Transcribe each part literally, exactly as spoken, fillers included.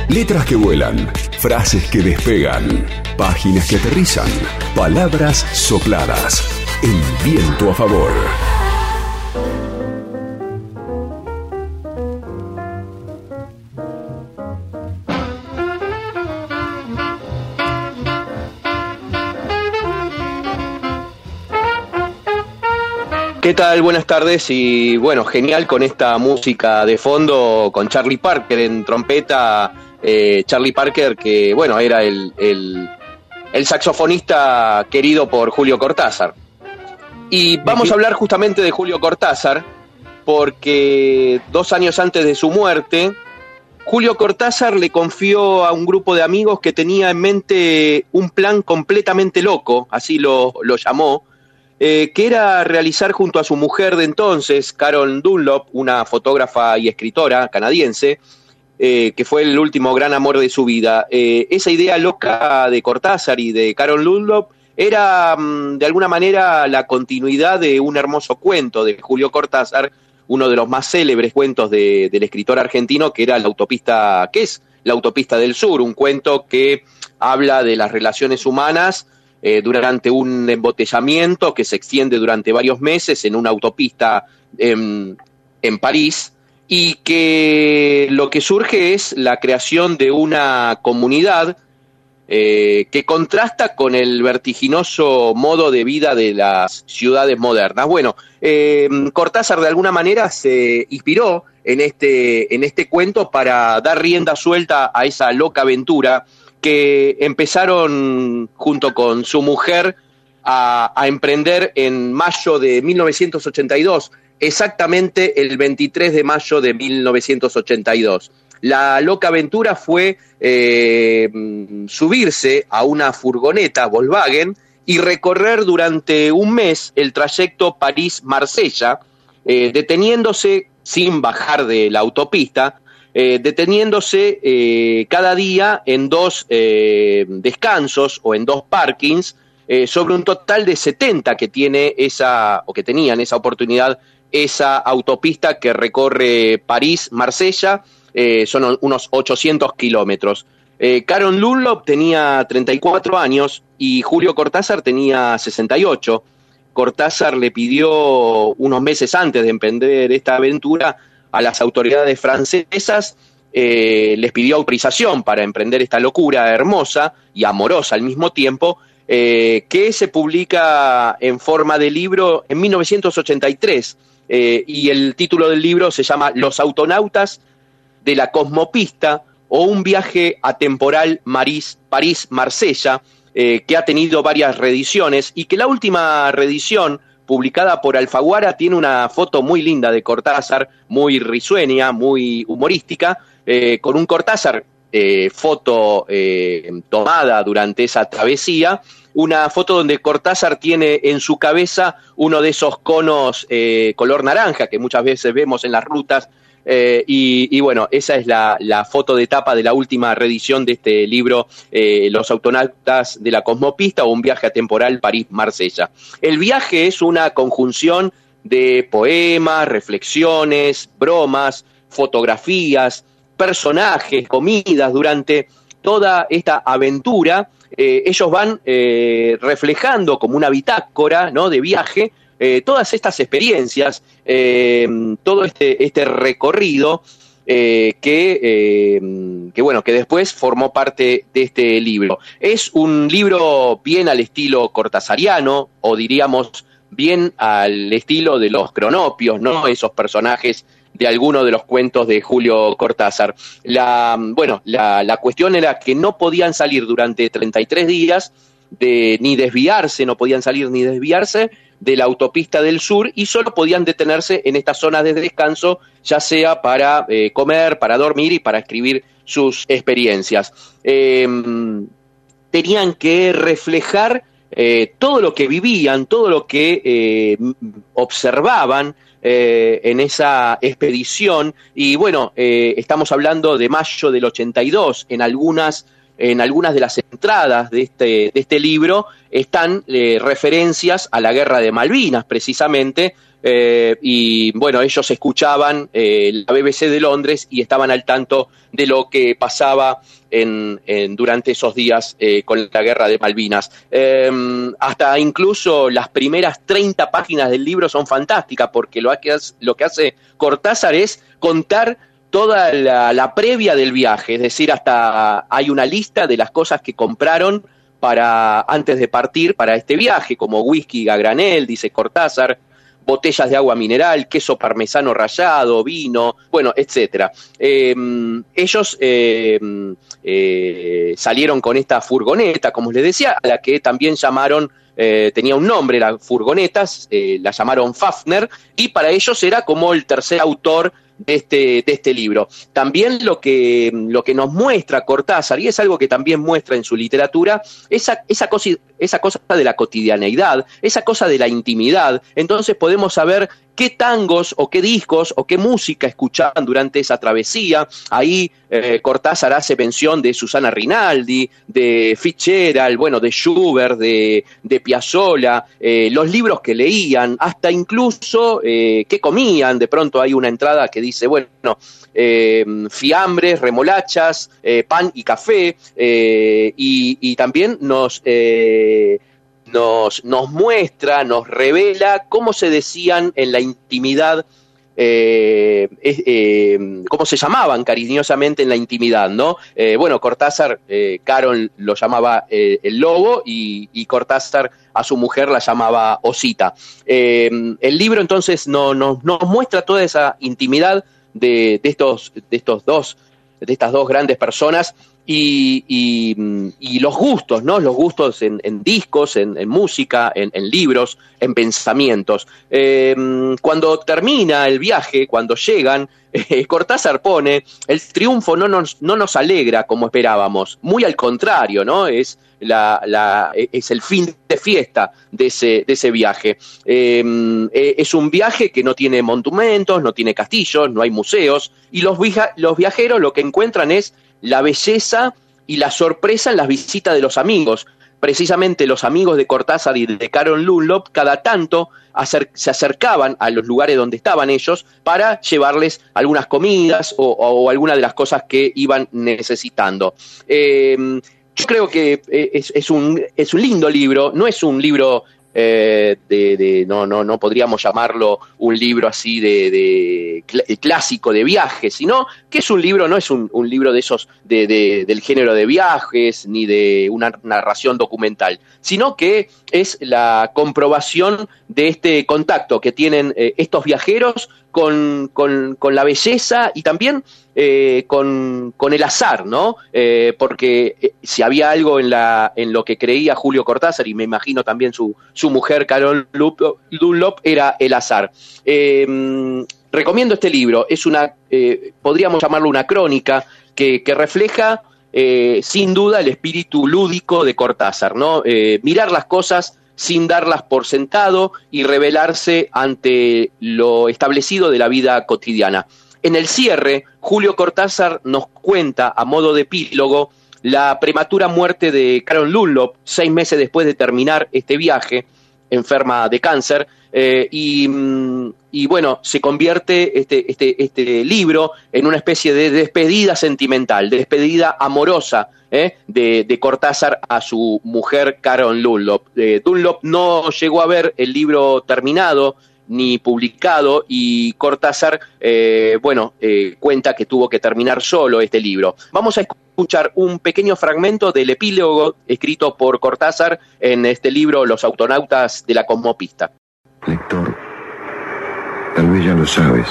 Letras que vuelan, frases que despegan, páginas que aterrizan, palabras sopladas. El viento a favor. ¿Qué tal? Buenas tardes y bueno, genial con esta música de fondo con Charlie Parker en trompeta, eh, Charlie Parker que bueno, era el, el, el saxofonista querido por Julio Cortázar. Y vamos a hablar justamente de Julio Cortázar porque dos años antes de su muerte, Julio Cortázar le confió a un grupo de amigos que tenía en mente un plan completamente loco, así lo, lo llamó, Eh, que era realizar junto a su mujer de entonces, Carol Dunlop, una fotógrafa y escritora canadiense, eh, que fue el último gran amor de su vida. Eh, esa idea loca de Cortázar y de Carol Dunlop era, mm, de alguna manera, la continuidad de un hermoso cuento de Julio Cortázar, uno de los más célebres cuentos de, del escritor argentino, que era la autopista, que es la autopista del sur, un cuento que habla de las relaciones humanas Eh, durante un embotellamiento que se extiende durante varios meses en una autopista en, en París, y que lo que surge es la creación de una comunidad eh, que contrasta con el vertiginoso modo de vida de las ciudades modernas. Bueno, eh, Cortázar de alguna manera se inspiró en este, en este cuento para dar rienda suelta a esa loca aventura que empezaron junto con su mujer a, a emprender en mayo de mil novecientos ochenta y dos, exactamente el veintitrés de mayo de mil novecientos ochenta y dos. La loca aventura fue eh, subirse a una furgoneta Volkswagen y recorrer durante un mes el trayecto París-Marsella, eh, deteniéndose sin bajar de la autopista, Eh, deteniéndose eh, cada día en dos eh, descansos o en dos parkings, eh, sobre un total de setenta que tiene esa, o que tenía en esa oportunidad, esa autopista que recorre París-Marsella, eh, son unos ochocientos kilómetros. Eh, Carol Dunlop tenía treinta y cuatro años y Julio Cortázar tenía sesenta y ocho. Cortázar le pidió unos meses antes de emprender esta aventura a las autoridades francesas, eh, les pidió autorización para emprender esta locura hermosa y amorosa al mismo tiempo, eh, que se publica en forma de libro en mil novecientos ochenta y tres, eh, y el título del libro se llama Los autonautas de la cosmopista o un viaje atemporal París-Marsella, eh, que ha tenido varias reediciones y que la última reedición publicada por Alfaguara tiene una foto muy linda de Cortázar, muy risueña, muy humorística, eh, con un Cortázar, eh, foto eh, tomada durante esa travesía, una foto donde Cortázar tiene en su cabeza uno de esos conos eh, color naranja que muchas veces vemos en las rutas, eh, y, y bueno, esa es la, la foto de tapa de la última reedición de este libro, eh, Los autonautas de la cosmopista o un viaje atemporal París-Marsella. El viaje es una conjunción de poemas, reflexiones, bromas, fotografías, personajes, comidas. Durante toda esta aventura, eh, ellos van eh, reflejando como una bitácora, ¿no?, de viaje, Eh, todas estas experiencias, eh, todo este, este recorrido eh, que, eh, que, bueno, que después formó parte de este libro. Es un libro bien al estilo cortasariano, o diríamos bien al estilo de los cronopios, ¿no?, esos personajes de algunos de los cuentos de Julio Cortázar. La, bueno, la, la cuestión era que no podían salir durante treinta y tres días, de, ni desviarse, no podían salir ni desviarse de la autopista del sur, y solo podían detenerse en estas zonas de descanso, ya sea para eh, comer, para dormir y para escribir sus experiencias. Eh, tenían que reflejar eh, todo lo que vivían, todo lo que eh, observaban eh, en esa expedición, y bueno, eh, estamos hablando de mayo del ochenta y dos. En algunas En algunas de las entradas de este, de este libro están eh, referencias a la Guerra de Malvinas, precisamente, eh, y bueno, ellos escuchaban eh, la B B C de Londres y estaban al tanto de lo que pasaba en, en, durante esos días eh, con la guerra de Malvinas. Eh, hasta incluso las primeras treinta páginas del libro son fantásticas, porque lo que hace, lo que hace Cortázar es contar toda la, la previa del viaje, es decir, hasta hay una lista de las cosas que compraron para antes de partir para este viaje, como whisky a granel, dice Cortázar, botellas de agua mineral, queso parmesano rallado, vino, bueno, etcétera. Eh, ellos eh, eh, salieron con esta furgoneta, como les decía, a la que también llamaron, eh, tenía un nombre, la furgoneta, eh, la llamaron Fafner, y para ellos era como el tercer autor de este, de este libro. También lo que, lo que nos muestra Cortázar, y es algo que también muestra en su literatura, esa, esa, cosa, esa cosa de la cotidianeidad, esa cosa de la intimidad. Entonces podemos saber qué tangos o qué discos o qué música escuchaban durante esa travesía. Ahí eh, Cortázar hace mención de Susana Rinaldi, de Fitzgerald, bueno, de Schubert, de, de Piazzolla, eh, los libros que leían, hasta incluso eh, qué comían. De pronto hay una entrada que dice, bueno, eh, fiambres, remolachas, eh, pan y café, eh, y, y también nos... Eh, Nos, nos muestra, nos revela cómo se decían en la intimidad, eh, eh, cómo se llamaban cariñosamente en la intimidad, ¿no? Eh, bueno, Cortázar, eh, Caron lo llamaba eh, el lobo, y, y Cortázar a su mujer la llamaba Osita. Eh, el libro entonces no, no, nos muestra toda esa intimidad de, de, estos, de estos dos, de estas dos grandes personas. Y, y, y los gustos, ¿no? Los gustos en, en discos, en, en música, en, en libros, en pensamientos. Eh, cuando termina el viaje, cuando llegan, eh, Cortázar pone, el triunfo no nos, no nos alegra como esperábamos, muy al contrario, ¿no? Es, la, la, es el fin de fiesta de ese, de ese viaje. Eh, es un viaje que no tiene monumentos, no tiene castillos, no hay museos, y los, via- los viajeros lo que encuentran es la belleza y la sorpresa en las visitas de los amigos. Precisamente los amigos de Cortázar y de Caron Dunlop cada tanto acer- se acercaban a los lugares donde estaban ellos para llevarles algunas comidas o, o, o alguna de las cosas que iban necesitando. Eh, yo creo que es, es, un, es un lindo libro, no es un libro... Eh, de, de no no no podríamos llamarlo un libro así de, de cl- clásico de viajes, sino que es un libro, no es un, un libro de esos de, de, del género de viajes ni de una narración documental, sino que es la comprobación de este contacto que tienen eh, estos viajeros con, con, con la belleza y también eh, con, con el azar, ¿no? Eh, porque eh, si había algo en, la, en lo que creía Julio Cortázar, y me imagino también su, su mujer Caron Dunlop, era el azar. Eh, recomiendo este libro, es una, eh, podríamos llamarlo una crónica que, que refleja eh, sin duda el espíritu lúdico de Cortázar, ¿no? Eh, mirar las cosas sin darlas por sentado y revelarse ante lo establecido de la vida cotidiana. En el cierre, Julio Cortázar nos cuenta, a modo de epílogo, la prematura muerte de Caron Dunlop, seis meses después de terminar este viaje, enferma de cáncer, eh, y, y bueno, se convierte este, este, este libro en una especie de despedida sentimental, de despedida amorosa, ¿eh? de, de Cortázar a su mujer Caron Dunlop. Eh, Dunlop no llegó a ver el libro terminado ni publicado, y Cortázar, eh, bueno, eh, cuenta que tuvo que terminar solo este libro. Vamos a escuchar un pequeño fragmento del epílogo escrito por Cortázar en este libro Los autonautas de la cosmopista. Lector, tal vez ya lo sabes.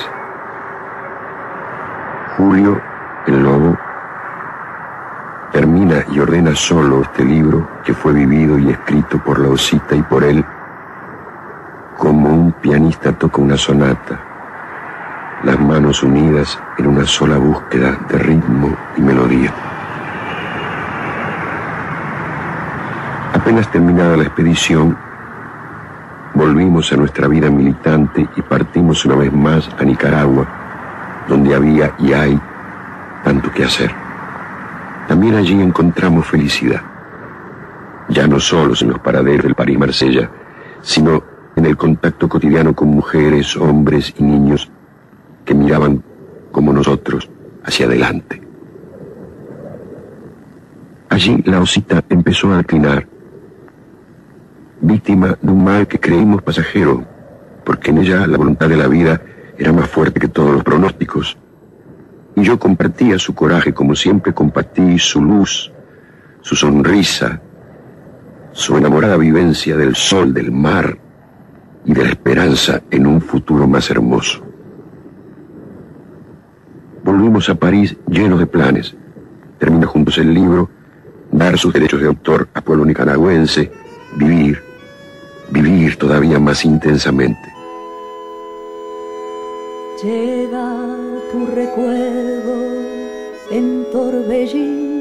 Julio, el lobo, termina y ordena solo este libro que fue vivido y escrito por la Osita y por él, como un pianista toca una sonata, las manos unidas en una sola búsqueda de ritmo y melodía. Apenas terminada la expedición, volvimos a nuestra vida militante y partimos una vez más a Nicaragua, donde había y hay tanto que hacer. También allí encontramos felicidad, ya no solo en los paraderos del París-Marsella, sino en el contacto cotidiano con mujeres, hombres y niños que miraban como nosotros hacia adelante. Allí la Osita empezó a declinar, víctima de un mal que creímos pasajero, porque en ella la voluntad de la vida era más fuerte que todos los pronósticos. Y yo compartía su coraje como siempre compartí su luz, su sonrisa, su enamorada vivencia del sol, del mar y de la esperanza en un futuro más hermoso. Volvimos a París llenos de planes. Termina juntos el libro, dar sus derechos de autor a pueblo nicaragüense, vivir, vivir todavía más intensamente. Llega tu recuerdo en torbellino.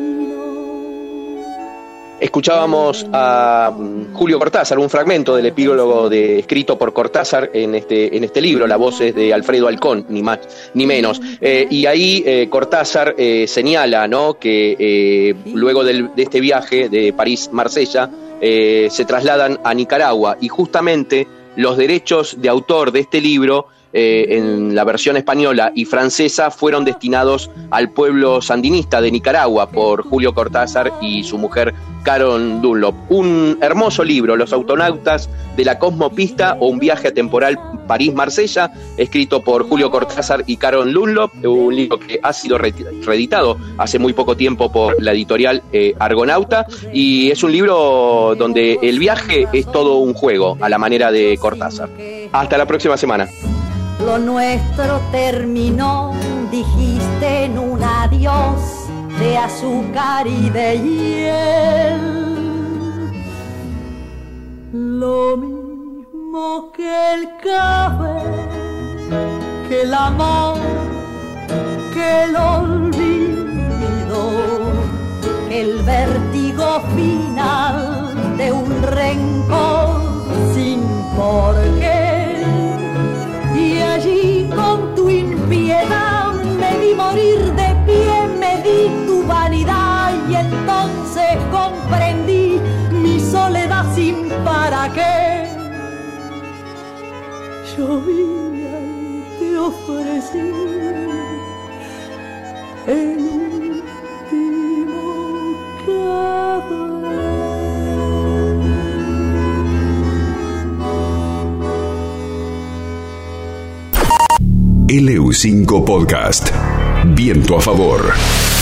Escuchábamos a Julio Cortázar, un fragmento del epílogo de, escrito por Cortázar en este, en este libro. La voz es de Alfredo Alcón, ni más ni menos. Eh, y ahí eh, Cortázar eh, señala, ¿no?, que eh, luego del, de este viaje de París-Marsella eh, se trasladan a Nicaragua, y justamente los derechos de autor de este libro Eh, en la versión española y francesa fueron destinados al pueblo sandinista de Nicaragua por Julio Cortázar y su mujer Carol Dunlop. Un hermoso libro, Los autonautas de la Cosmopista, o un viaje atemporal París-Marsella, escrito por Julio Cortázar y Carol Dunlop, un libro que ha sido reeditado hace muy poco tiempo por la editorial eh, Argonauta, y es un libro donde el viaje es todo un juego a la manera de Cortázar. Hasta la próxima semana. Lo nuestro terminó, dijiste en un adiós de azúcar y de hiel. Lo mismo que el café, que el amor, que el olvido, que el vértigo final de un rencor sin por qué. Y allí con tu impiedad me vi morir de pie, me di tu vanidad, y entonces comprendí mi soledad sin para qué. Llovía y te ofrecí el último café. L U cinco Podcast. Viento a favor.